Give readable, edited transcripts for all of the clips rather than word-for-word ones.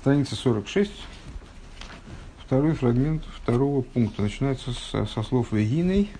Страница 46, второй фрагмент второго пункта. Начинается со слов «вегиней».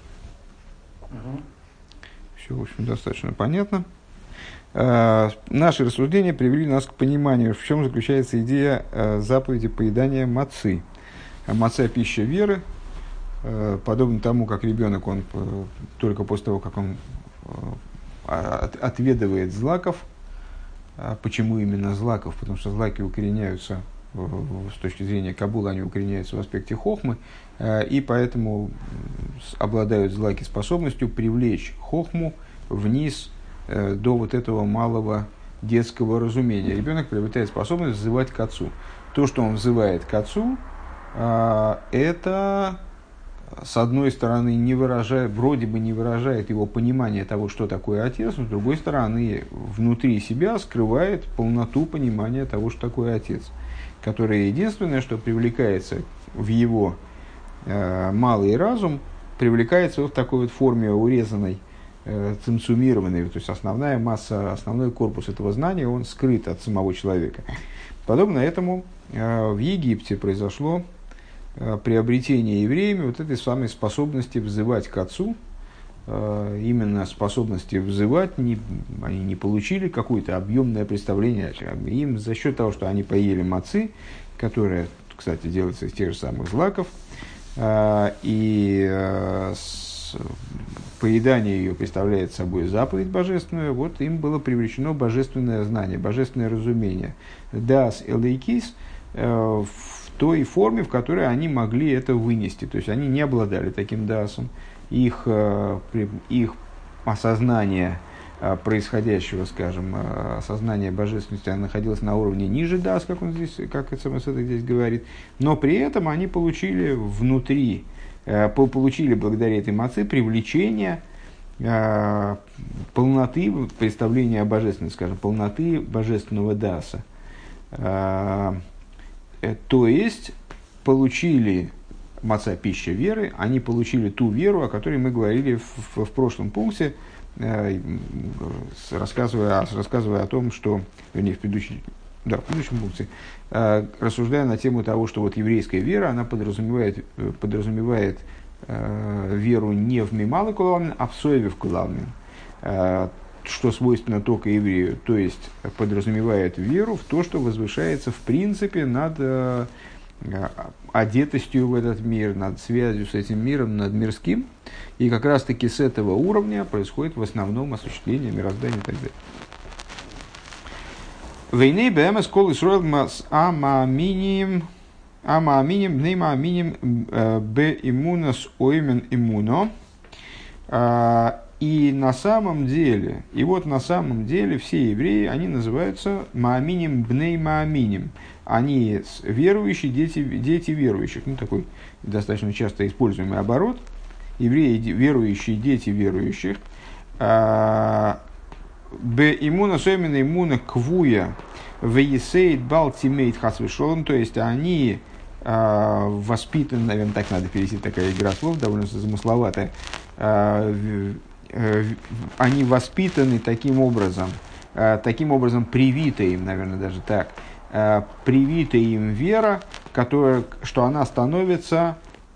Все, в общем, достаточно понятно. Наши рассуждения привели нас к пониманию, в чем заключается идея заповеди поедания мацы. Маца – пища веры, подобно тому, как ребенок, он только после того, как он отведывает злаков. Почему именно злаков? Потому что злаки укореняются, с точки зрения Каббулы, они укореняются в аспекте хохмы, и поэтому обладают злаки способностью привлечь хохму вниз до вот этого малого детского разумения. Ребенок приобретает способность взывать к отцу. То, что он взывает к отцу, это, с одной стороны, вроде бы не выражает его понимание того, что такое отец, но с другой стороны, внутри себя скрывает полноту понимания того, что такое отец, которое единственное, что привлекается в его малый разум, привлекается вот в такой вот форме урезанной, цимцумированной, то есть основная масса, основной корпус этого знания, он скрыт от самого человека. Подобно этому в Египте произошло приобретение евреями вот этой самой способности взывать к отцу. Именно способности взывать они не получили какое-то объемное представление. Им за счет того, что они поели мацы, которая, кстати, делается из тех же самых злаков, и поедание ее представляет собой заповедь божественную, вот им было привлечено божественное знание, божественное разумение. Дас элейкис в той форме, в которой они могли это вынести. То есть они не обладали таким дасом. Их осознание происходящего, скажем, осознание божественности, оно находилось на уровне ниже дас, как Эцемесет здесь говорит, но при этом они получили внутри, получили благодаря этой маце привлечение полноты представления о божественности, скажем, полноты божественного даса. То есть получили маца пища веры, они получили ту веру, о которой мы говорили в прошлом пункте, рассказывая о том, что, вернее, в предыдущем пункте, рассуждая на тему того, что вот еврейская вера, она подразумевает веру не в мималы кулавмин, а в соеве в кулавмин, что свойственно только еврею, то есть подразумевает веру в то, что возвышается в принципе над одетостью в этот мир, над связью с этим миром, над мирским. И как раз таки с этого уровня происходит в основном осуществление мироздания и так далее. Вейней бэмэс кол исроэл мас амааминим бнеймааминим б иммунас оймен иммуно. И на самом деле все евреи, они называются мааминим бней мааминим. Они верующие, дети верующих. Ну, такой достаточно часто используемый оборот. Евреи, верующие, дети верующих. Б иммуна соймена иммуна квуя вейсейд балтимейт хасвишолом. То есть они воспитаны, наверное, так надо перевести, такая игра слов, довольно замысловатая. Они воспитаны таким образом привита им, наверное, даже так, привита им вера, что она становится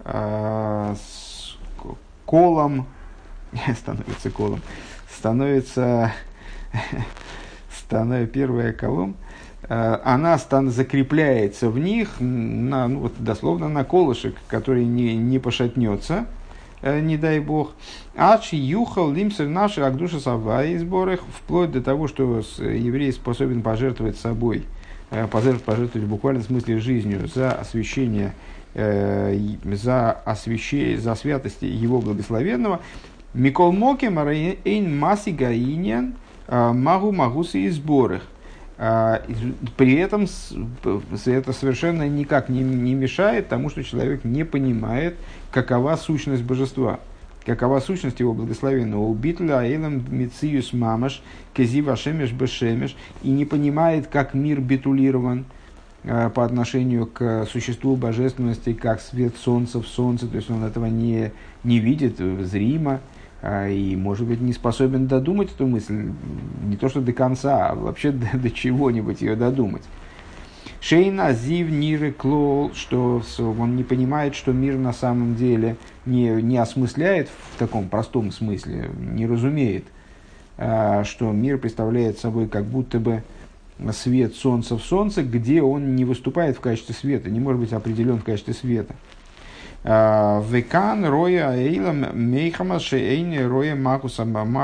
первая колом, она закрепляется в них, дословно на колышек, который не пошатнется, не дай бог. Ачи юхал лимсер наши агдуша савай сборах, вплоть до того, что еврей способен пожертвовать собой, пожертвовать в буквальном смысле жизнью за освящение, за святость его благословенного. Микол моки марейн маси гаиньян магусы и сборах. При этом это совершенно никак не мешает тому, что человек не понимает, какова сущность божества, какова сущность его благословенного. Убитля аэлам мициюс мамаш кезива шемеш бешемеш, и не понимает, как мир битулирован по отношению к существу божественности, как свет солнца в солнце, то есть он этого не видит зримо. И, может быть, не способен додумать эту мысль, не то что до конца, а вообще до чего-нибудь ее додумать. Шейна зив ниры клол, что он не понимает, что мир на самом деле не осмысляет в таком простом смысле, не разумеет, что мир представляет собой как будто бы свет солнца в солнце, где он не выступает в качестве света, не может быть определен в качестве света. Векан роя эйлам мейхама шейни роя магус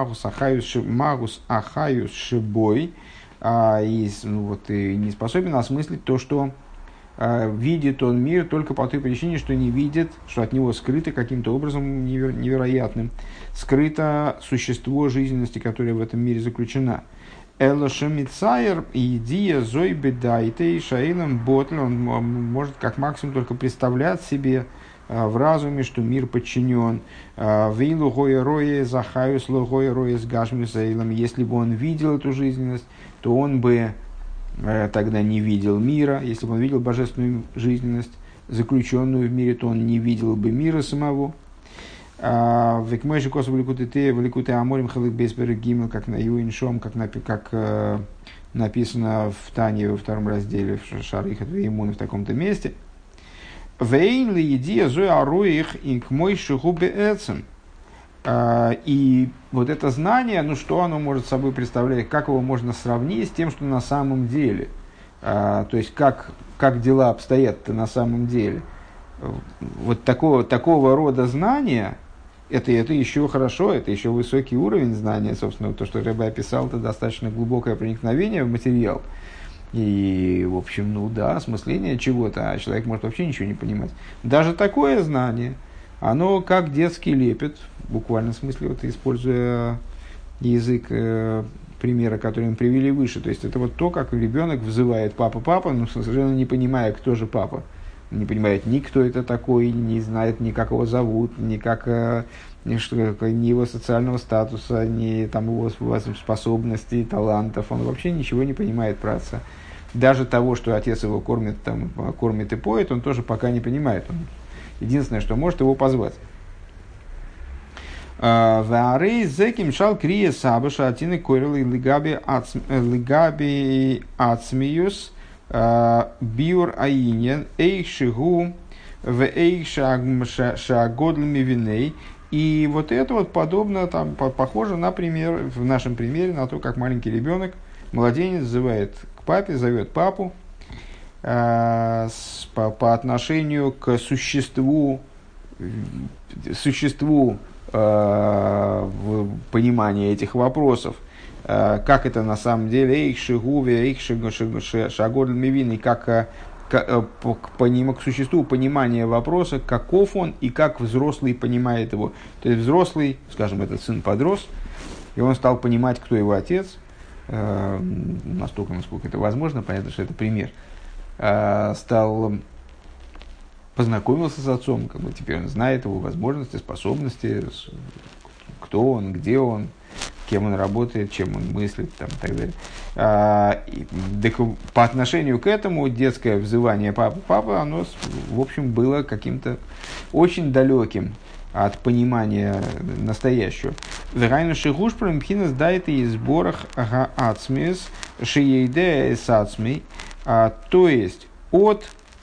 ахаюс шибой. И не способен осмыслить то, что видит он мир только по той причине, что не видит, что от него скрыто каким-то образом невероятным, скрыто существо жизненности, которое в этом мире заключено. Элошемицайр идия зой бедайтей шаилам ботл, он может как максимум только представлять себе в разуме, что мир подчинен. Вейлу гоя роя захаюс логоя роя с гашмисаилом, если бы он видел эту жизненность, то он бы тогда не видел мира. Если бы он видел божественную жизненность, заключенную в мире, то он не видел бы мира самого. Векмойши косу великуте аморим халык бейсберг гимл, как на Юиншом, как написано в Тане во втором разделе, в Шарихат Веймуна в таком-то месте. Вейн ли идия зои аруих и к мойши губе эцем. И вот это знание, ну что оно может собой представлять, как его можно сравнить с тем, что на самом деле, то есть как дела обстоят-то на самом деле. Вот такого рода знания, это еще хорошо, это еще высокий уровень знания, собственно, то, что Ребе описал, это достаточно глубокое проникновение в материал. И, в общем, ну да, осмысление чего-то, а человек может вообще ничего не понимать. Даже такое знание, оно как детский лепет, в буквальном смысле, вот, используя язык примера, который мы привели выше. То есть это вот то, как ребенок взывает «папа, папа», но совершенно не понимая, кто же папа. Не понимает ни кто это такой, не знает ни как его зовут, ни его социального статуса, ни там, его способностей, талантов. Он вообще ничего не понимает про отца. Даже того, что отец его кормит и поет, он тоже пока не понимает. Он единственное, что может его позвать. Ваарей зеким шал крия сабаша атины койрелы лигаби ацмиюс биур аинен эйх шигу в эйх шагодлми виней. И вот это вот подобно, там, похоже на пример, в нашем примере, на то, как маленький ребенок, младенец, зовет к папе, зовет папу по отношению к существу понимания этих вопросов. Как это на самом деле, эйх шигуве, эйх шагодль мивин, как к существу понимания вопроса, каков он и как взрослый понимает его. То есть взрослый, скажем, этот сын подрос, и он стал понимать, кто его отец, настолько, насколько это возможно, понятно, что это пример, познакомился с отцом, как бы теперь он знает его возможности, способности, кто он, где он, кем он работает, чем он мыслит, там, и так далее. По отношению к этому детское взывание «папа, папа», оно, в общем, было каким-то очень далеким от понимания настоящего. «Верайну шигуш промпхинас дайте из сборах гаацмис шиейде эсацми», то есть от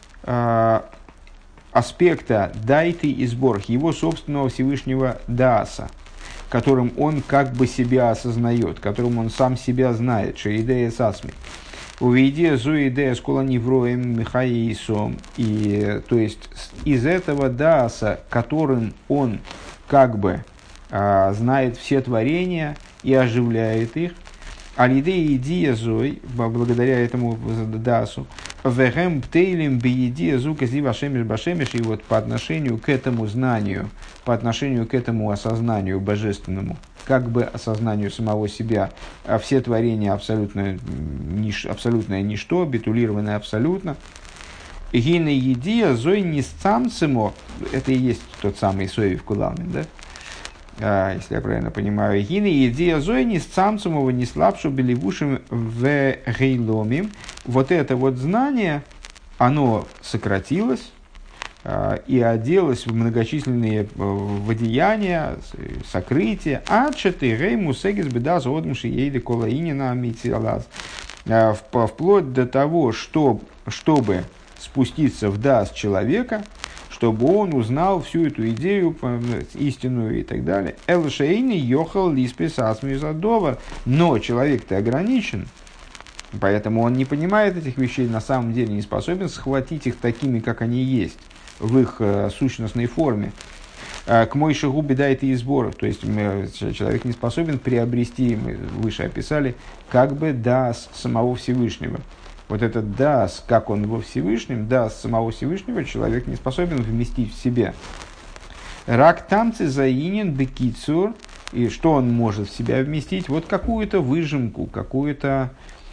аспекта дайте и сборах, его собственного Всевышнего дааса, которым он как бы себя осознает, которым он сам себя знает, что идея сасми. Увидя зу идея скола невроем михаисом, и то есть из этого дааса, которым он как бы знает все творения и оживляет их, алидея идея зой, благодаря этому даасу, вегем птейлем биедия зука зива шемеш башемеш, и вот по отношению к этому знанию, по отношению к этому осознанию божественному, как бы осознанию самого себя, все творения абсолютное ничто, битулированное абсолютно. Гина едия зой не сцамцемо, это и есть тот самый Соев Куламин, да? Если я правильно понимаю, гины идея зои не сцамцумова, не слабшу беливушим в гейломим. Вот это вот знание, оно сократилось и оделось в многочисленные водеяния, сокрытия. Адшеты гей мусегис беда зодмши ейли колаинина митиалаз. вплоть до того, чтобы спуститься в дас человека, чтобы он узнал всю эту идею истинную и так далее. Элшейни йохал лиспис асмюзадовар. Но человек-то ограничен, поэтому он не понимает этих вещей, на самом деле не способен схватить их такими, как они есть, в их сущностной форме. К мойши губи дает и сборов. То есть человек не способен приобрести, мы выше описали, как бы дас самого Всевышнего. Вот этот дас, как он во Всевышнем, дас самого Всевышнего, человек не способен вместить в себя. Рак тамцы заинен бекицур, и что он может в себя вместить? Вот какую-то выжимку, какой-то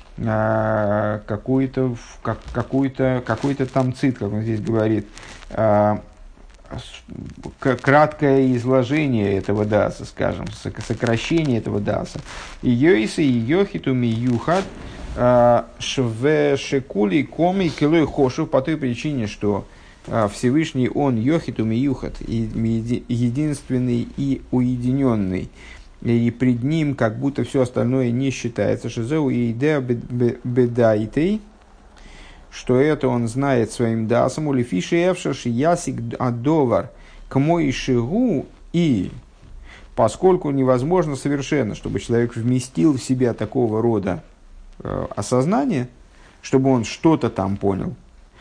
тамцит, как он здесь говорит, краткое изложение этого даса, скажем, сокращение этого даса. Йойса и йохиту миюхат шве шекули коми килой хошу, по той причине, что Всевышний он йохиту миюхат, единственный и уединенный, и пред ним как будто все остальное не считается. Шизеу и идея бедайтей, что это он знает своим дасом, улифиши эвшаш ясик адовар к моишигу, и поскольку невозможно совершенно, чтобы человек вместил в себя такого рода осознание, чтобы он что-то там понял,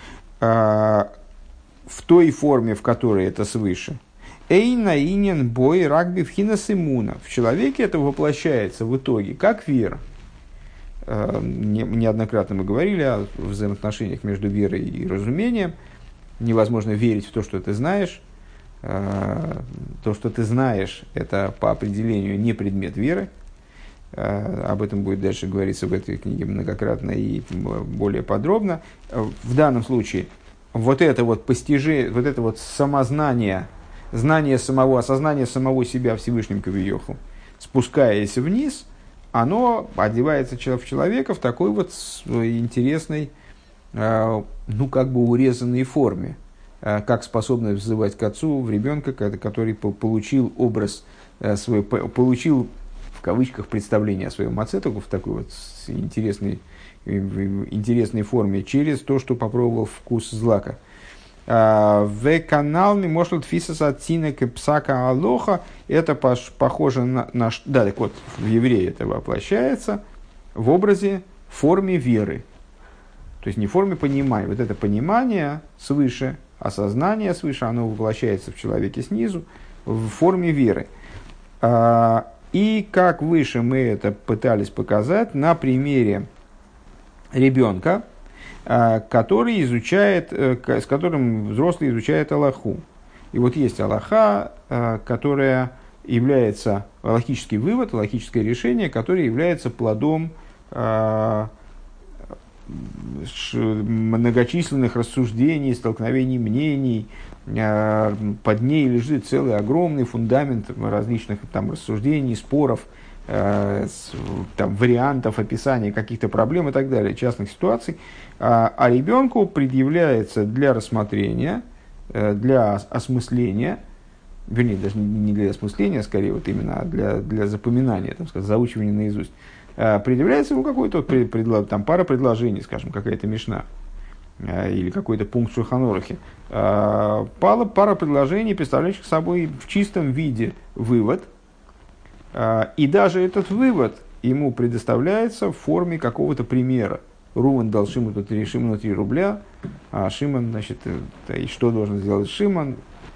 в той форме, в которой это свыше. Эйна инен бой рагби вхинас иммуна. В человеке это воплощается в итоге как вера. Неоднократно мы говорили о взаимоотношениях между верой и разумением. Невозможно верить в то, что ты знаешь. То, что ты знаешь, это по определению не предмет веры. Об этом будет дальше говориться в этой книге многократно и более подробно. В данном случае вот это вот постижение, вот это вот самознание, осознание самого себя Всевышним Кавиоху, спускаясь вниз, оно одевается в человека в такой вот интересной, как бы урезанной форме, как способность взывать к отцу в ребенка, который получил образ свой, получил в кавычках представление о своем отце, только в такой вот интересной форме, через то, что попробовал вкус злака. В каналме может фисас отцинек и псака алоха. Это похоже на да, так вот, в евреи это воплощается в образе, в форме веры. То есть не в форме понимания. Вот это понимание свыше, осознание свыше, оно воплощается в человеке снизу в форме веры. И как выше мы это пытались показать на примере ребенка, который изучает, с которым взрослый изучает алаху. И вот есть алаха, которая является алахический вывод, алахическое решение, которое является плодом многочисленных рассуждений, столкновений мнений. Под ней лежит целый огромный фундамент различных там рассуждений, споров, там, вариантов описания каких-то проблем и так далее, частных ситуаций. А ребенку предъявляется для рассмотрения, для осмысления, вернее, даже не для осмысления, скорее вот именно для запоминания, там, сказать, заучивания наизусть, предъявляется ему какой-то там, пара предложений, скажем, какая-то мишна или какой-то пункт в Шулхан Арухе. Пара предложений, представляющих собой в чистом виде вывод, и даже этот вывод ему предоставляется в форме какого-то примера. Рувен дал Шимону 3 рубля, а Шимон, значит, и что должен сделать Шимон?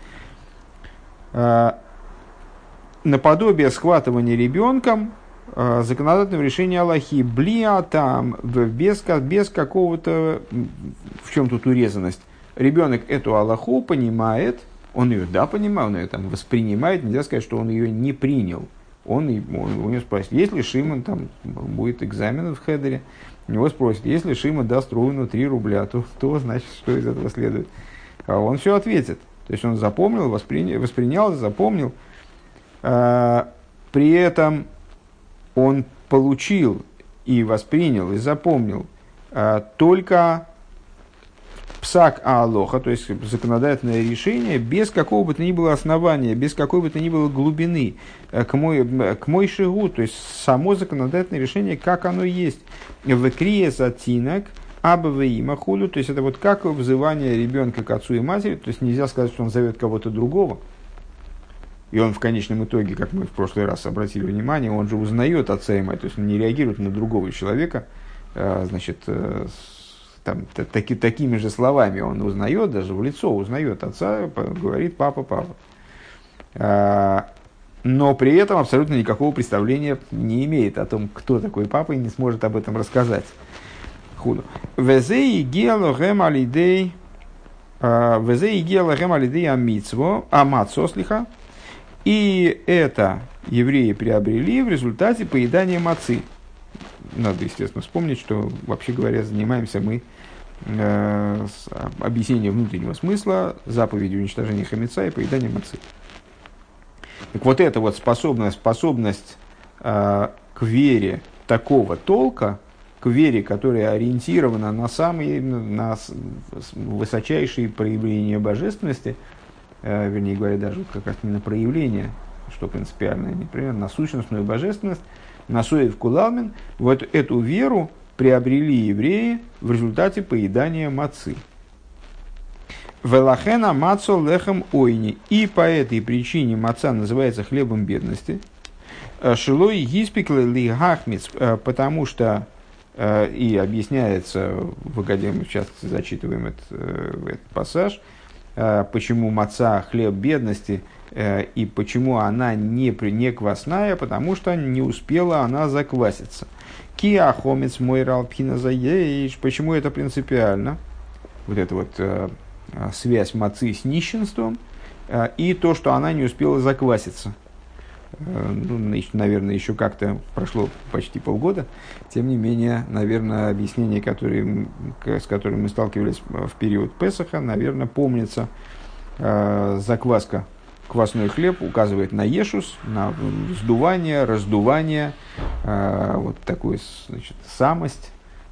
Наподобие схватывания ребенком законодательного решения Аллахи, блиа там, без какого-то, в чем тут урезанность. Ребенок эту Аллаху понимает, он ее, да, понимает, он ее там воспринимает, нельзя сказать, что он ее не принял. Он у него спросит, если Шимон, там будет экзамен в Хедере, у него спросит, если Шимон даст Рувену 3 рубля, то значит, что из этого следует. А он все ответит. То есть он запомнил, воспринял, запомнил. При этом он получил и воспринял, и запомнил только псак аалоха, то есть законодательное решение, без какого бы то ни было основания, без какой бы то ни было глубины, к мой шигу, то есть само законодательное решение, как оно есть. В крие затинок, абавеима худу, то есть это вот как взывание ребенка к отцу и матери, то есть нельзя сказать, что он зовет кого-то другого, и он в конечном итоге, как мы в прошлый раз обратили внимание, он же узнает отца и мать, то есть он не реагирует на другого человека, значит, такими же словами он узнает, даже в лицо узнает отца, говорит папа, папа. Но при этом абсолютно никакого представления не имеет о том, кто такой папа, и не сможет об этом рассказать. Худу. Везей геалогем алидей амитсво слиха. И это евреи приобрели в результате поедания мацы. Надо, естественно, вспомнить, что, вообще говоря, занимаемся мы объяснением внутреннего смысла, заповедью уничтожения хамица и поедания мацы. Так вот эта вот способность к вере такого толка, к вере, которая ориентирована на высочайшие проявления божественности, вернее говоря, даже как раз не на проявление, что принципиально, например, на сущностную божественность, на соев кулалмин, вот эту веру приобрели евреи в результате поедания мацы. Велахена мацо лехем ойни. И по этой причине маца называется хлебом бедности. Шилой гиспикле ли гахмиц, потому что, и объясняется, в Академии, в частности, зачитываем этот пассаж, почему маца хлеб бедности, и почему она не квасная, потому что не успела она закваситься. Киа хомец мой ралпхина заеиш. Почему это принципиально? Вот эта вот связь мацы с нищенством и то, что она не успела закваситься. Наверное, еще как-то прошло почти полгода. Тем не менее, наверное, объяснение, с которым мы сталкивались в период Песаха, наверное, помнится. Закваска, квасной хлеб указывает на ешус, на вздувание, раздувание, вот такую, значит, самость,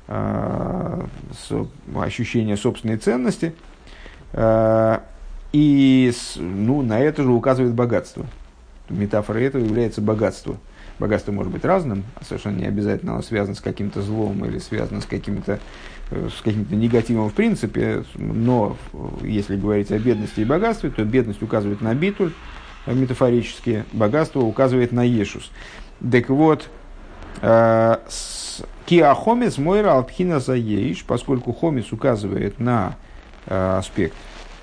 ощущение собственной ценности. И на это же указывает богатство. Метафорой этого является богатство. Богатство может быть разным, совершенно не обязательно оно связано с каким-то злом или связано с каким-то негативом в принципе, но если говорить о бедности и богатстве, то бедность указывает на битуль, метафорически, богатство указывает на ешус. Так вот, киахомец мойра алпхина заеиш, поскольку хомец указывает на аспект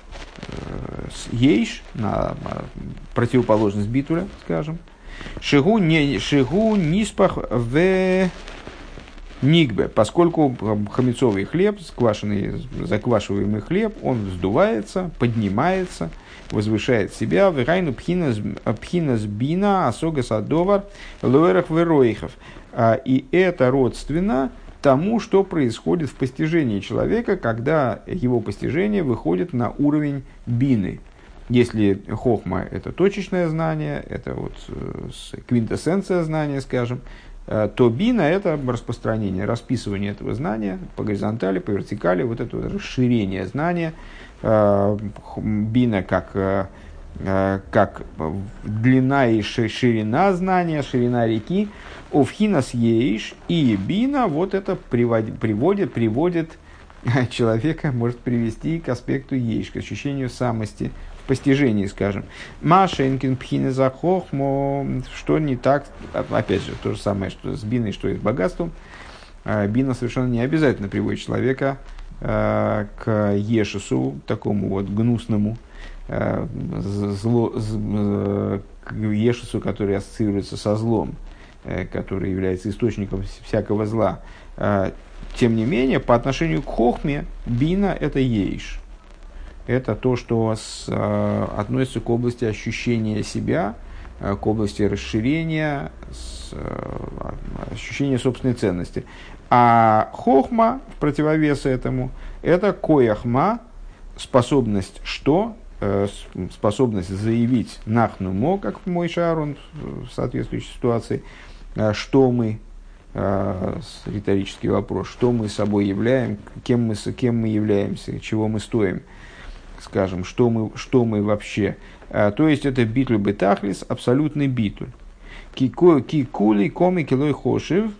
ейш, на противоположность битуля, скажем, шигу ниспах в нигбе, поскольку хамицовый хлеб, заквашиваемый хлеб, он вздувается, поднимается, возвышает себя, вирайну пхинас бина, асога садовар, лоэрах вероихов. И это родственно тому, что происходит в постижении человека, когда его постижение выходит на уровень бины. Если хохма – это точечное знание, это вот квинтэссенция знания, скажем, то бина – это распространение, расписывание этого знания по горизонтали, по вертикали, вот это вот расширение знания. Бина как длина и ширина знания, ширина реки. Овхинас ейш и бина, вот это приводит человека, может привести к аспекту ейш, к ощущению самости, в постижении, скажем. Машенкин пхина за хохмо, что не так, опять же, то же самое, что с биной, что и с богатством. Бина совершенно не обязательно приводит человека к ешесу, такому вот гнусному, к ешесу, который ассоциируется со злом, который является источником всякого зла. Тем не менее, по отношению к хохме, бина – это ейш. Это то, что относится к области ощущения себя, к области расширения, ощущения собственной ценности. А хохма, в противовес этому, это кояхма, способность что? Способность заявить нахну мо, как мой Аарон в соответствующей ситуации, что мы, риторический вопрос, что мы собой являем, кем мы являемся, чего мы стоим, скажем, что мы вообще. То есть это битуль бетахлис, абсолютный битуль. Кикули коми килой хошив,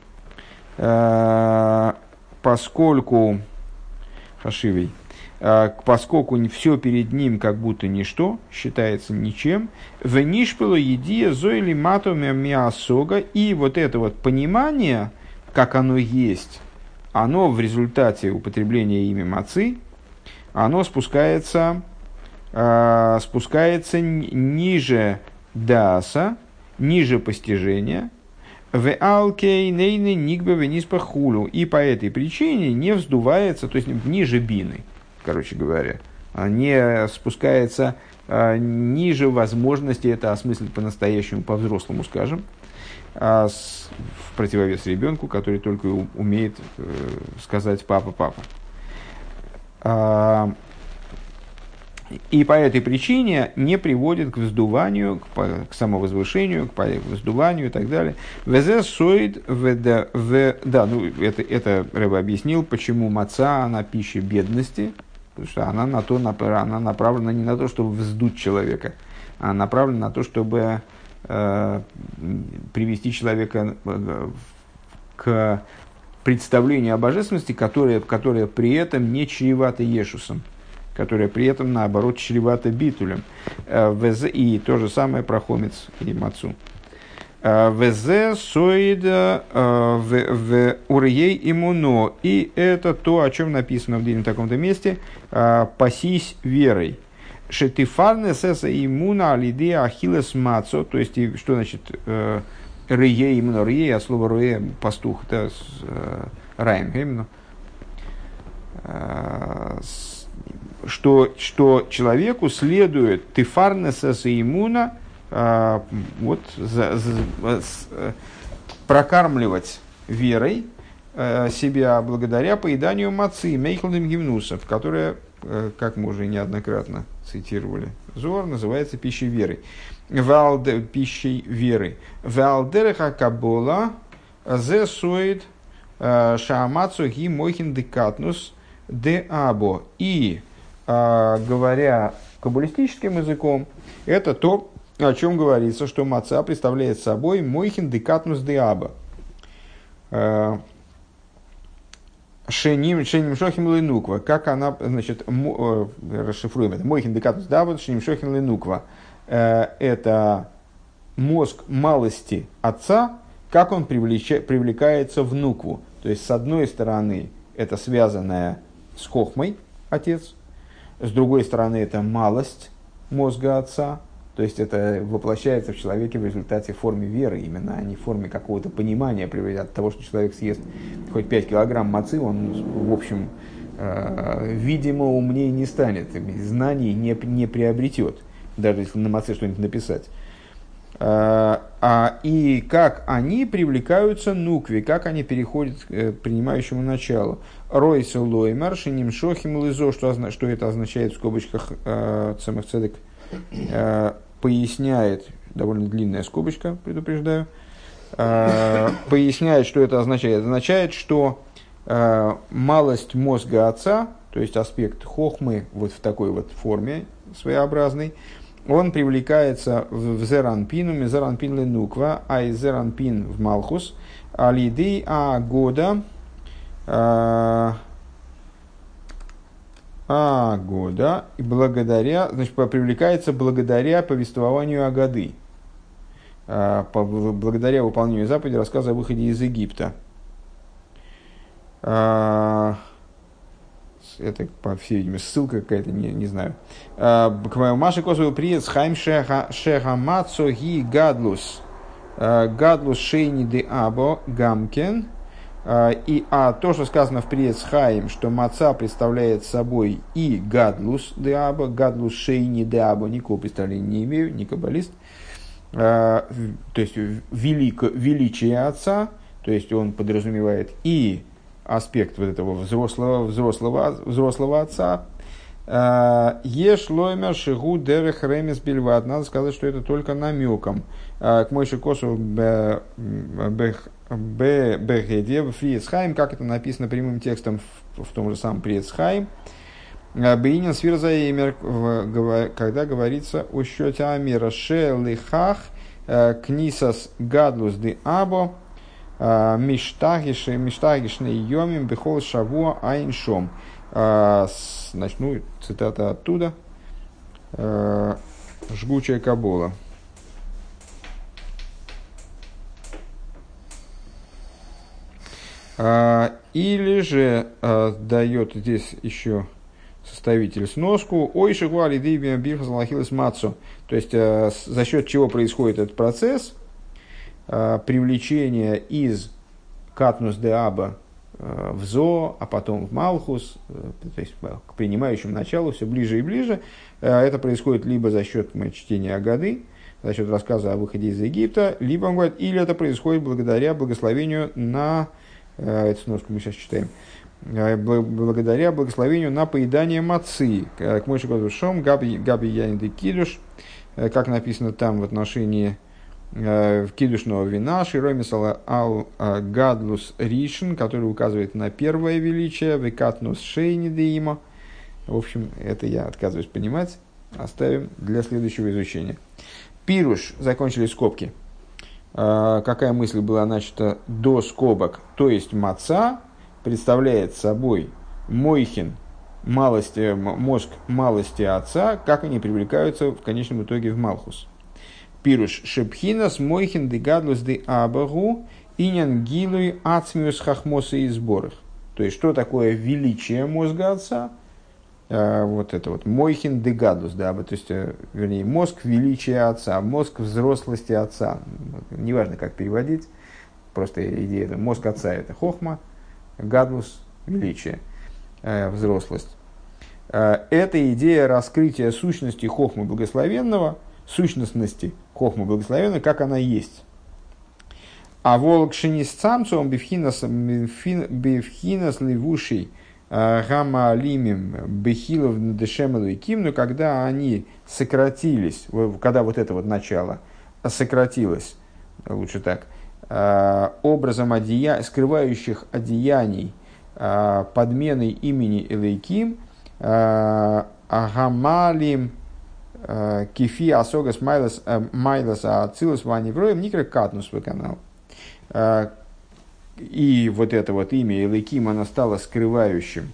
поскольку хашивей, поскольку все перед ним как будто ничто, считается ничем, венишпело едия зоили матоми миасога, и вот это вот понимание, как оно есть, оно в результате употребления ими мацы, оно спускается ниже даса, ниже постижения, в алкей нейны никбе вениспа хулю, и по этой причине не вздувается, то есть ниже бины, короче говоря, не спускается ниже возможности это осмыслить по-настоящему, по-взрослому, скажем, в противовес ребенку, который только умеет сказать «папа, папа». И по этой причине не приводит к вздуванию, к самовозвышению, к вздуванию и так далее. Это Рэбе объяснил, почему маца, она пища бедности, потому что она направлена не на то, чтобы вздуть человека, а направлена на то, чтобы привести человека к представлению о божественности, которое при этом не чревато ешусом, которое при этом, наоборот, чревато битулем. И то же самое про хомец и мацу. Везе соида в урьей имуно. И это то, о чем написано в таком-то месте. Пасись верой. Шетифарне сеса имуна алидея ахиллес мацо. То есть, что значит рьей имуно? Рьей, от слова руэ, пастух, это раем, именно. Что человеку следует тифарнесеса иммуна прокармливать верой себя благодаря поеданию мацы, мейхлдем гимнусов, которая, как мы уже неоднократно цитировали, Зоар, называется пищей веры. Пищей веры. Валдереха кабола зе соид шаамацу ги мойхин декатнус де або. И говоря каббалистическим языком, это то, о чем говорится, что маца представляет собой мойхин декатнус де аба. Шеним шохим ленуква. Как она, значит, расшифруем это. Мойхин декатнус де аба, шеним шохим ленуква. Это мозг малости отца, как он привлекается в нукву. То есть, с одной стороны, это связанное с хохмой, отец. С другой стороны, это малость мозга отца. То есть, это воплощается в человеке в результате формы веры именно, а не в форме какого-то понимания. От того, что человек съест хоть 5 килограмм мацы, он, в общем, видимо, умнее не станет, знаний не приобретет, даже если на маце что-нибудь написать. И как они привлекаются нукви, как они переходят к принимающему началу. Ройсу лоймар шиним шохим лизо, что это означает в скобочках, Цемах Цедек поясняет, довольно длинная скобочка, предупреждаю, поясняет, что это означает. Это означает, что малость мозга отца, то есть аспект хохмы вот в такой вот форме своеобразной, он привлекается в зеранпину, мезеранпин ленуква, а из зеранпин в малхус, алиды года, и благодаря, значит, привлекается благодаря повествованию Агады, благодаря выполнению заповеди рассказа о выходе из Египта. Это, по всей видимости, ссылка какая-то, не знаю. К Маши Косову приед Хайм Шехамацо Ги Гадлус. Гадлус Шейни де Або Гамкен. А то, что сказано в приед Хайм, что маца представляет собой и Гадлус де Або, Гадлус Шейни де Або, никакого представления не имею, не каббалист. То есть величие отца, то есть он подразумевает и аспект вот этого взрослого отца, Еш лоймер шигу дерех ремес бельват. Надо сказать, что это только намеком. К мойши косу бегеде в Фриецхайм, как это написано прямым текстом в том же самом Фриецхайм. Бейнин свирзаемер, когда говорится о счете амира шелихах книсас гадлус де або миштагишный йомим бехол шавуа айншом. Начну цитата оттуда. Жгучая кабола. Или же дает здесь еще составитель сноску. Ой, шигуали дыбия бирха залахилась мацу. То есть, за счет чего происходит этот процесс привлечения из катнус де аба в зо, а потом в малхус, то есть к принимающему началу все ближе и ближе. Это происходит либо за счет чтения Агады, за счет рассказа о выходе из Египта, либо, он говорит, или это происходит благодаря благословению на, эту сноску мы сейчас читаем, благодаря благословению на поедание мацы. К мойши шом габи янин де кидуш, как написано там в отношении кидушного вина, широмисала ал гадлус ришн, который указывает на первое величие, векатнус шейни деима. В общем, это я отказываюсь понимать, оставим для следующего изучения. Пируш, закончили скобки. Какая мысль была начата до скобок? То есть маца представляет собой мойхин, малости, мозг малости отца, как они привлекаются в конечном итоге в Малхус. Пируш шепхинас мойхин де гадлус де абагу инян гилуй ацмиус хахмоса и сборах. То есть, что такое величие мозга отца? Вот это вот мойхин де гадлус, да, то есть, вернее, мозг величия отца, мозг взрослости отца. Неважно, как переводить, просто идея, это мозг отца это хохма, гадлус величие, взрослость. Это идея раскрытия сущности хохмы благословенного, сущностности хохмы благословенной, как она есть. А волк шинисцамцу он бифхинас левушей гамма алимим бехилов дешемелу и кимну, когда они сократились, когда вот это вот начало сократилось, лучше так, образом скрывающих одеяний подменой имени Элейким, агамалим кифи асогас майлас ацилус ваневроем никрак катнус в канал. И вот это вот имя Элейким, оно стало скрывающим,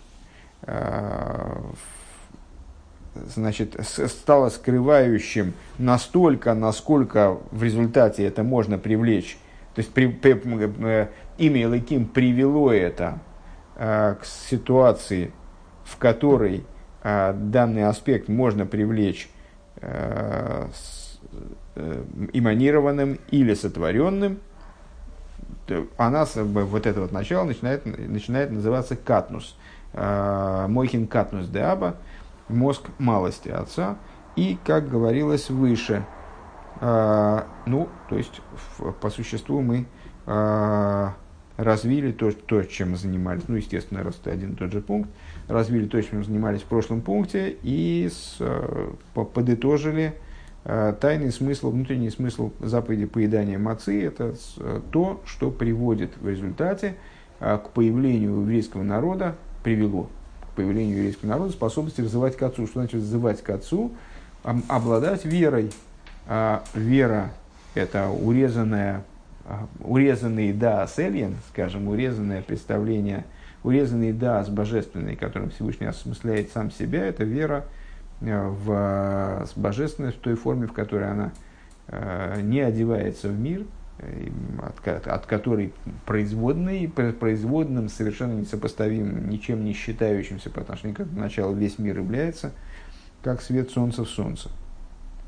значит, стало скрывающим настолько, насколько в результате это можно привлечь. То есть имя Элейким привело это к ситуации, в которой данный аспект можно привлечь эманированным или сотворенным, она, вот это вот начало начинает называться катнус. Мойхин катнус де аба, мозг малости отца. И, как говорилось выше, то есть, по существу мы развили то, чем занимались, естественно, раз это один и тот же пункт, развили то, чем занимались в прошлом пункте, и подытожили тайный смысл, внутренний смысл заповеди поедания мацы. Это то, что приводит в результате к появлению еврейского народа, привело к появлению еврейского народа способности взывать к отцу. Что значит взывать к отцу? Обладать верой. Вера – это урезанный даас эльен, скажем, урезанное представление, урезанный даас божественный, которым Всевышний осмысляет сам себя, это вера в божественность в той форме, в которой она не одевается в мир, от которой производным, совершенно несопоставимым, ничем не считающимся по отношению к началу весь мир является, как свет солнца в солнце.